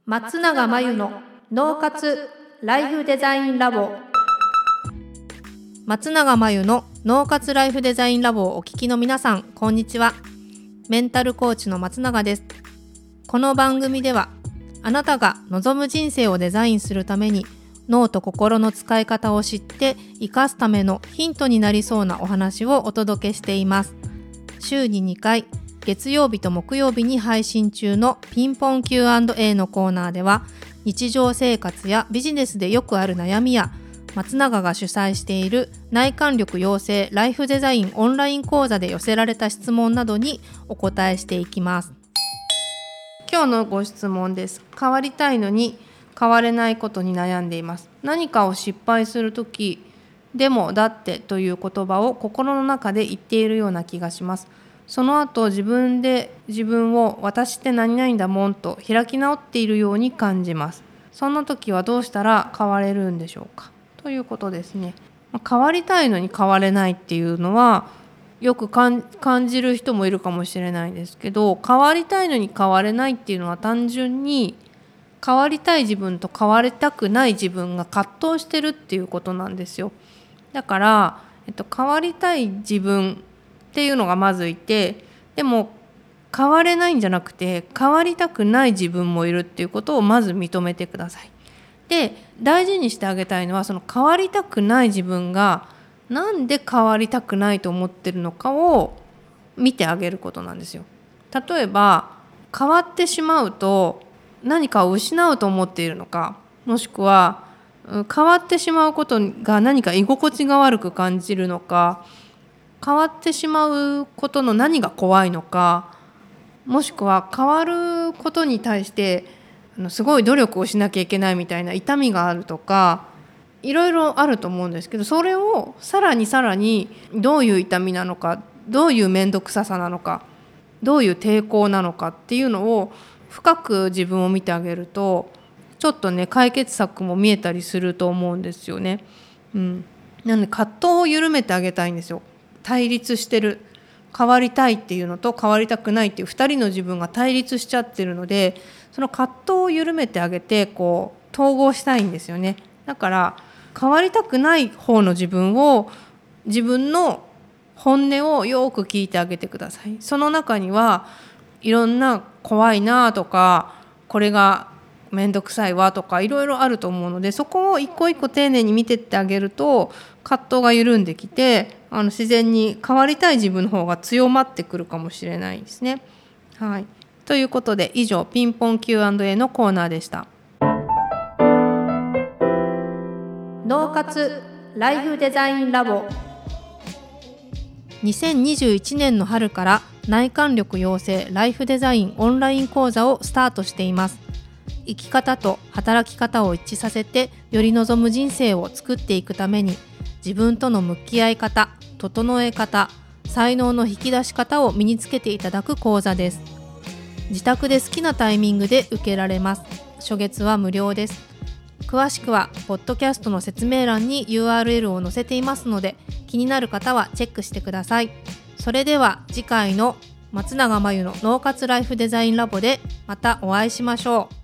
松永真由の脳活ライフデザインラボ。松永真由の脳活ライフデザインラボをお聞きの皆さん、こんにちは。メンタルコーチの松永です。この番組では、あなたが望む人生をデザインするために脳と心の使い方を知って生かすためのヒントになりそうなお話をお届けしています。週に2回、月曜日と木曜日に配信中のピンポン Q&A のコーナーでは、日常生活やビジネスでよくある悩みや、松永が主催している内観力養成ライフデザインオンライン講座で寄せられた質問などにお答えしていきます。今日のご質問です。変わりたいのに変われないことに悩んでいます。何かを失敗するとき、でもだってという言葉を心の中で言っているような気がします。その後自分で自分を私って何々だもんと開き直っているように感じます。そんな時はどうしたら変われるんでしょうか、ということですね。変わりたいのに変われないっていうのはよく感じる人もいるかもしれないですけど、変わりたいのに変われないっていうのは単純に変わりたい自分と変わりたくない自分が葛藤してるっていうことなんですよ。だから、変わりたい自分っていうのがまずいて、でも変われないんじゃなくて変わりたくない自分もいるっていうことをまず認めてください。で、大事にしてあげたいのは、その変わりたくない自分がなんで変わりたくないと思ってるのかを見てあげることなんですよ。例えば変わってしまうと何かを失うと思っているのか、もしくは変わってしまうことが何か居心地が悪く感じるのか、変わってしまうことの何が怖いのか、もしくは変わることに対してすごい努力をしなきゃいけないみたいな痛みがあるとか、いろいろあると思うんですけど、それをさらにどういう痛みなのか、どういう面倒くささなのか、どういう抵抗なのかっていうのを深く自分を見てあげると、ちょっとね解決策も見えたりすると思うんですよね。なので葛藤を緩めてあげたいんですよ。対立してる、変わりたいっていうのと変わりたくないっていう2人の自分が対立しちゃってるので、その葛藤を緩めてあげて統合したいんですよね。だから変わりたくない方の自分を、自分の本音をよく聞いてあげてください。その中にはいろんな怖いなとか、これがめんどくさいわとかいろいろあると思うので、そこを一個一個丁寧に見てってあげると葛藤が緩んできて、自然に変わりたい自分の方が強まってくるかもしれないですね。はい、ということで以上ピンポン Q&A のコーナーでした。脳活ライフデザインラボ。2021年の春から内観力養成ライフデザインオンライン講座をスタートしています。生き方と働き方を一致させてより望む人生を作っていくために、自分との向き合い方、整え方、才能の引き出し方を身につけていただく講座です。自宅で好きなタイミングで受けられます。初月は無料です。詳しくはポッドキャストの説明欄に URL を載せていますので、気になる方はチェックしてください。それでは次回の松永真由の脳活ライフデザインラボでまたお会いしましょう。